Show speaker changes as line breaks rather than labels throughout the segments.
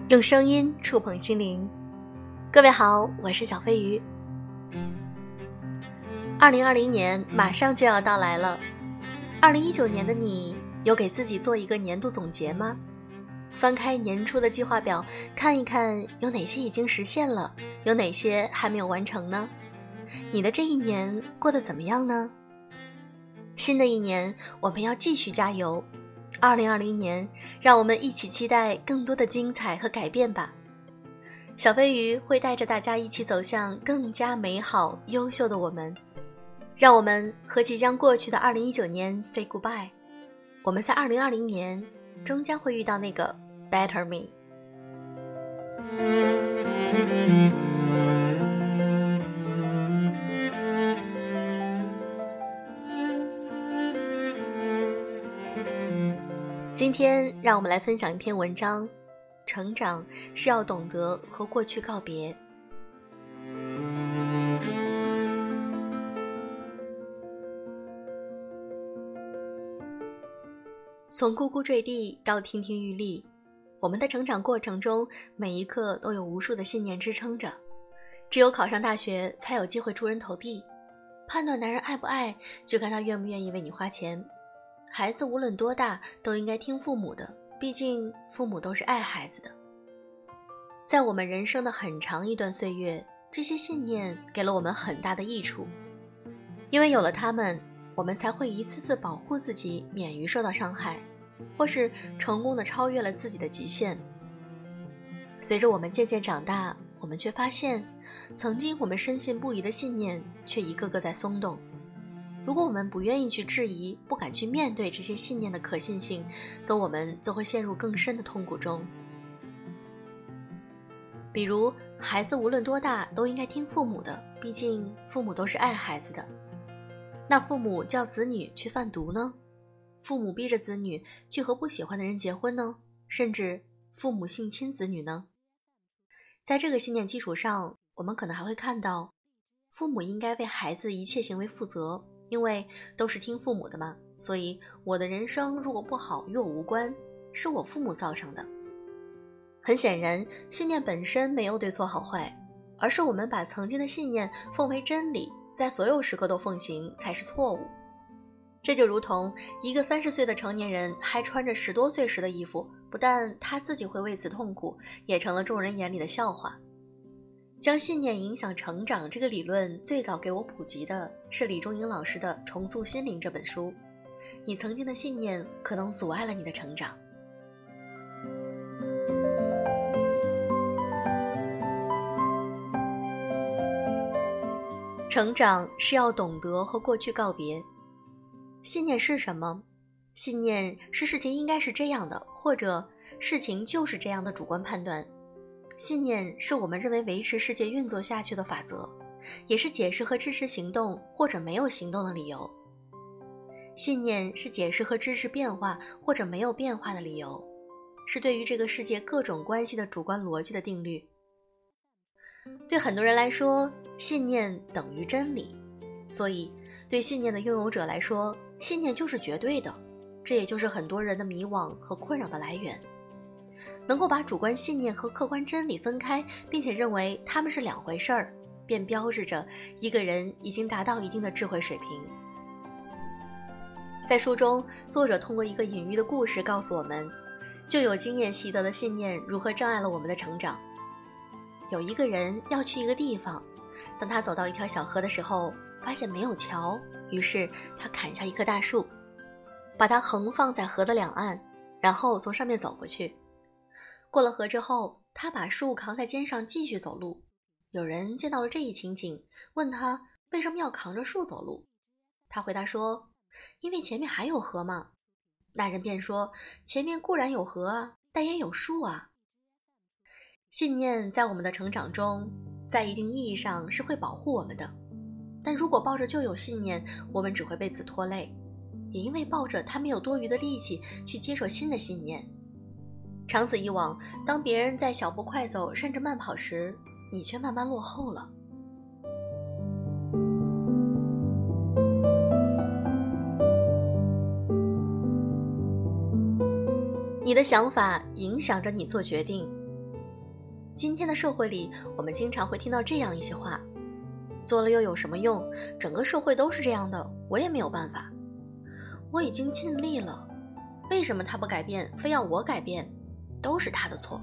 用声音触碰心灵。各位好，我是小飞鱼。2020年马上就要到来了，2019年的你有给自己做一个年度总结吗？翻开年初的计划表，看一看有哪些已经实现了，有哪些还没有完成呢？你的这一年过得怎么样呢？新的一年我们要继续加油，2020年让我们一起期待更多的精彩和改变吧。小飞鱼会带着大家一起走向更加美好优秀的我们，让我们和即将过去的2019年 say goodbye。 我们在2020年终将会遇到那个 better me。 今天让我们来分享一篇文章，成长是要懂得和过去告别。从呱呱坠地到亭亭玉立，我们的成长过程中每一刻都有无数的信念支撑着。只有考上大学才有机会出人头地，判断男人爱不爱就看他愿不愿意为你花钱。孩子无论多大都应该听父母的，毕竟父母都是爱孩子的。在我们人生的很长一段岁月，这些信念给了我们很大的益处，因为有了它们，我们才会一次次保护自己免于受到伤害，或是成功地超越了自己的极限。随着我们渐渐长大，我们却发现曾经我们深信不疑的信念却一个个在松动。如果我们不愿意去质疑，不敢去面对这些信念的可信性，则我们会陷入更深的痛苦中。比如孩子无论多大都应该听父母的，毕竟父母都是爱孩子的。那父母叫子女去贩毒呢？父母逼着子女去和不喜欢的人结婚呢？甚至父母性侵子女呢？在这个信念基础上，我们可能还会看到父母应该为孩子一切行为负责，因为都是听父母的嘛，所以我的人生如果不好与我无关，是我父母造成的。很显然，信念本身没有对错好坏，而是我们把曾经的信念奉为真理，在所有时刻都奉行才是错误。这就如同一个30岁的成年人还穿着10多岁时的衣服，不但他自己会为此痛苦，也成了众人眼里的笑话。将信念影响成长这个理论最早给我普及的是李忠颖老师的《重塑心灵》这本书。你曾经的信念可能阻碍了你的成长。成长是要懂得和过去告别。信念是什么？信念是事情应该是这样的，或者事情就是这样的主观判断。信念是我们认为维持世界运作下去的法则，也是解释和支持行动或者没有行动的理由。信念是解释和支持变化或者没有变化的理由，是对于这个世界各种关系的主观逻辑的定律。对很多人来说，信念等于真理，所以对信念的拥有者来说，信念就是绝对的，这也就是很多人的迷惘和困扰的来源。能够把主观信念和客观真理分开，并且认为它们是两回事儿，便标志着一个人已经达到一定的智慧水平。在书中，作者通过一个隐喻的故事告诉我们，就有经验习得的信念如何障碍了我们的成长。有一个人要去一个地方，当他走到一条小河的时候，发现没有桥，于是他砍下一棵大树，把它横放在河的两岸，然后从上面走过去。过了河之后，他把树扛在肩上继续走路。有人见到了这一情景，问他为什么要扛着树走路。他回答说，因为前面还有河嘛。那人便说，前面固然有河啊，但也有树啊。信念在我们的成长中，在一定意义上是会保护我们的，但如果抱着旧有信念，我们只会被此拖累，也因为抱着它没有多余的力气去接受新的信念。长此以往，当别人在小步快走甚至慢跑时，你却慢慢落后了。你的想法影响着你做决定， 今天的社会里，我们经常会听到这样一些话：做了又有什么用？整个社会都是这样的，我也没有办法。我已经尽力了，为什么他不改变，非要我改变？都是他的错。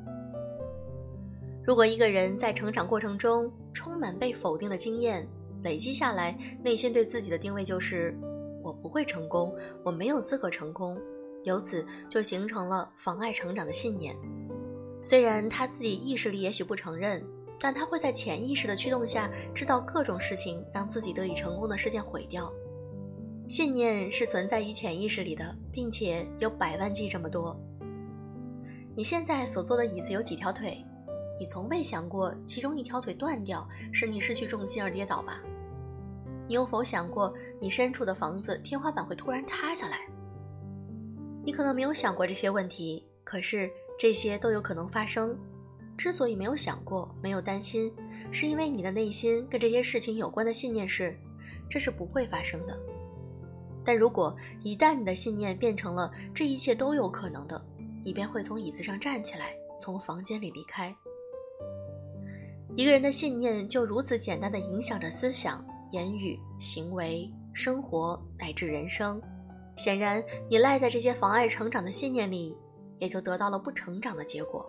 如果一个人在成长过程中充满被否定的经验，累积下来，内心对自己的定位就是我不会成功，我没有资格成功，由此就形成了妨碍成长的信念。虽然他自己意识里也许不承认，但他会在潜意识的驱动下制造各种事情，让自己得以成功的事件毁掉。信念是存在于潜意识里的，并且有100万计这么多。你现在所坐的椅子有几条腿？你从未想过其中一条腿断掉，使你失去重心而跌倒吧？你有否想过你身处的房子天花板会突然塌下来？你可能没有想过这些问题，可是这些都有可能发生。之所以没有想过，没有担心，是因为你的内心跟这些事情有关的信念是，这是不会发生的。但如果一旦你的信念变成了这一切都有可能的，你便会从椅子上站起来，从房间里离开。一个人的信念就如此简单地影响着思想、言语、行为、生活乃至人生。显然，你赖在这些妨碍成长的信念里，也就得到了不成长的结果。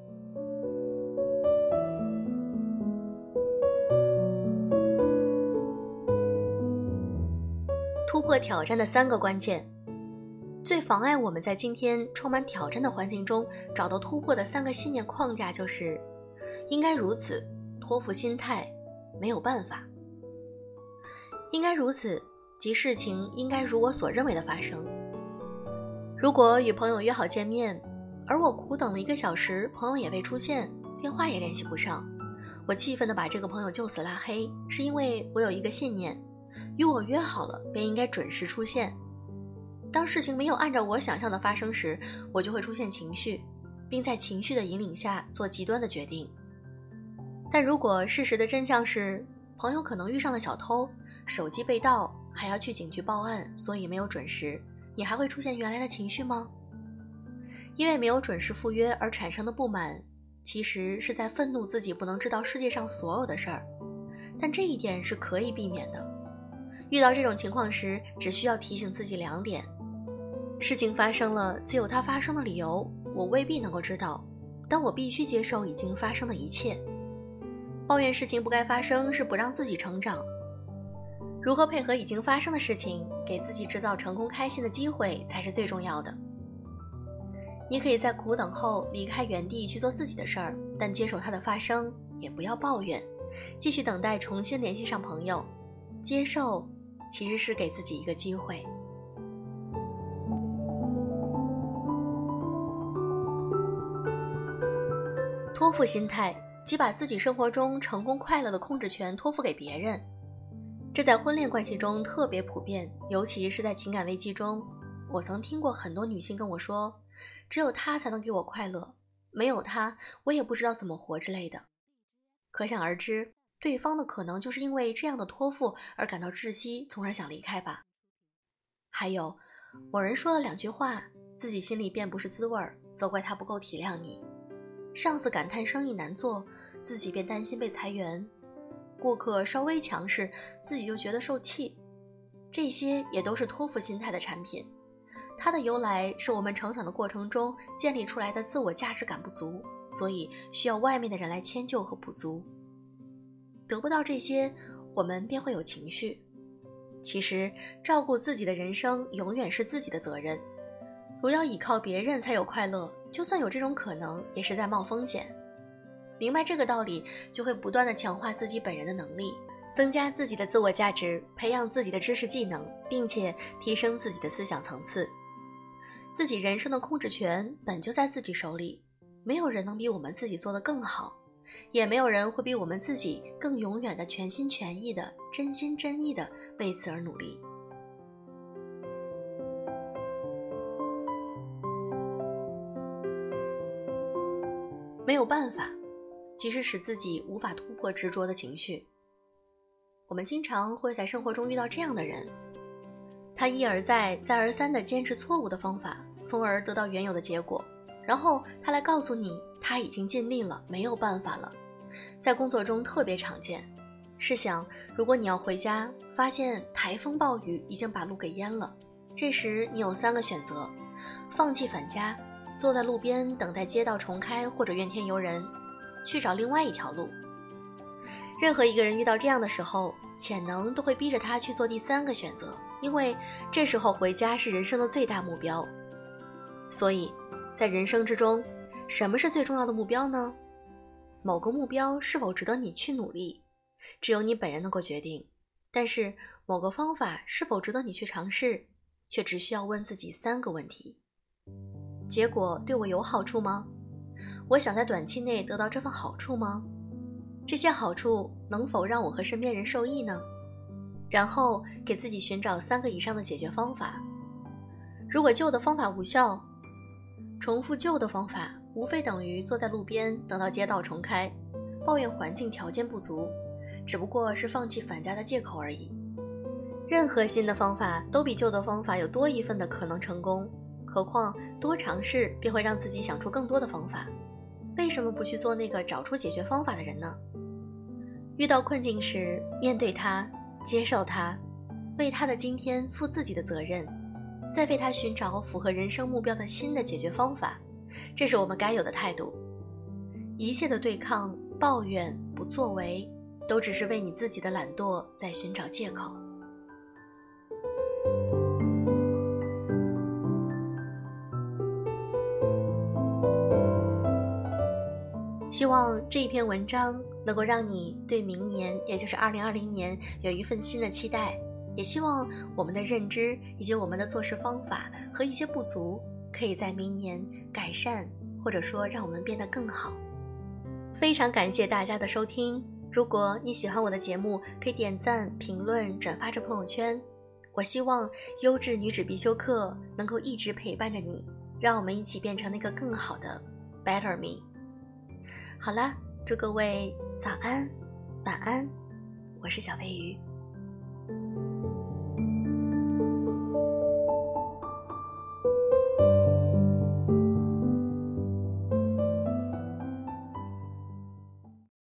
突破挑战的3个关键。最妨碍我们在今天充满挑战的环境中找到突破的3个信念框架就是应该如此，托付心态，没有办法。应该如此，即事情应该如我所认为的发生。如果与朋友约好见面，而我苦等了1个小时，朋友也未出现，电话也联系不上，我气愤地把这个朋友就此拉黑，是因为我有一个信念，与我约好了便应该准时出现。当事情没有按照我想象的发生时，我就会出现情绪，并在情绪的引领下做极端的决定。但如果事实的真相是朋友可能遇上了小偷，手机被盗，还要去警局报案，所以没有准时，你还会出现原来的情绪吗？因为没有准时赴约而产生的不满，其实是在愤怒自己不能知道世界上所有的事儿，但这一点是可以避免的。遇到这种情况时，只需要提醒自己2点。事情发生了，自有它发生的理由，我未必能够知道，但我必须接受已经发生的一切。抱怨事情不该发生是不让自己成长。如何配合已经发生的事情，给自己制造成功开心的机会才是最重要的。你可以在苦等后离开原地去做自己的事儿，但接受它的发生，也不要抱怨，继续等待重新联系上朋友。接受其实是给自己一个机会。托付心态，即把自己生活中成功快乐的控制权托付给别人。这在婚恋关系中特别普遍，尤其是在情感危机中。我曾听过很多女性跟我说，只有他才能给我快乐，没有他我也不知道怎么活之类的。可想而知，对方的可能就是因为这样的托付而感到窒息，从而想离开吧。还有，某人说了2句话，自己心里便不是滋味儿，责怪他不够体谅你。上司感叹生意难做，自己便担心被裁员。顾客稍微强势，自己就觉得受气。这些也都是托付心态的产品，它的由来是我们成长的过程中建立出来的自我价值感不足，所以需要外面的人来迁就和补足。得不到这些，我们便会有情绪。其实，照顾自己的人生永远是自己的责任。如要依靠别人才有快乐，就算有这种可能，也是在冒风险。明白这个道理，就会不断地强化自己本人的能力，增加自己的自我价值，培养自己的知识技能，并且提升自己的思想层次。自己人生的控制权本就在自己手里，没有人能比我们自己做得更好，也没有人会比我们自己更永远的全心全意的、真心真意的为此而努力。没有办法，即使使自己无法突破执着的情绪。我们经常会在生活中遇到这样的人，他一而再再而三地坚持错误的方法，从而得到原有的结果。 然后他来告诉你他已经尽力了，没有办法了。在工作中特别常见。试想，如果你要回家，发现台风暴雨已经把路给淹了，这时你有3个选择：放弃返家，坐在路边等待街道重开，或者怨天尤人，去找另外一条路。任何一个人遇到这样的时候，潜能都会逼着他去做第3个选择，因为这时候回家是人生的最大目标。所以在人生之中，什么是最重要的目标呢？某个目标是否值得你去努力，只有你本人能够决定，但是某个方法是否值得你去尝试，却只需要问自己3个问题：结果对我有好处吗？我想在短期内得到这份好处吗？这些好处能否让我和身边人受益呢？然后给自己寻找3个以上的解决方法。如果旧的方法无效，重复旧的方法无非等于坐在路边等到街道重开，抱怨环境条件不足，只不过是放弃返家的借口而已。任何新的方法都比旧的方法有多一份的可能成功，何况多尝试便会让自己想出更多的方法。为什么不去做那个找出解决方法的人呢？遇到困境时，面对它，接受它，为他的今天负自己的责任，再为他寻找符合人生目标的新的解决方法，这是我们该有的态度。一切的对抗、抱怨、不作为，都只是为你自己的懒惰在寻找借口。希望这一篇文章能够让你对明年，也就是2020年有一份新的期待，也希望我们的认知以及我们的做事方法和一些不足，可以在明年改善，或者说让我们变得更好。非常感谢大家的收听，如果你喜欢我的节目，可以点赞、评论、转发至朋友圈。我希望优质女子必修课能够一直陪伴着你，让我们一起变成那个更好的 Better Me。好啦，祝各位早安、晚安，我是小飞鱼。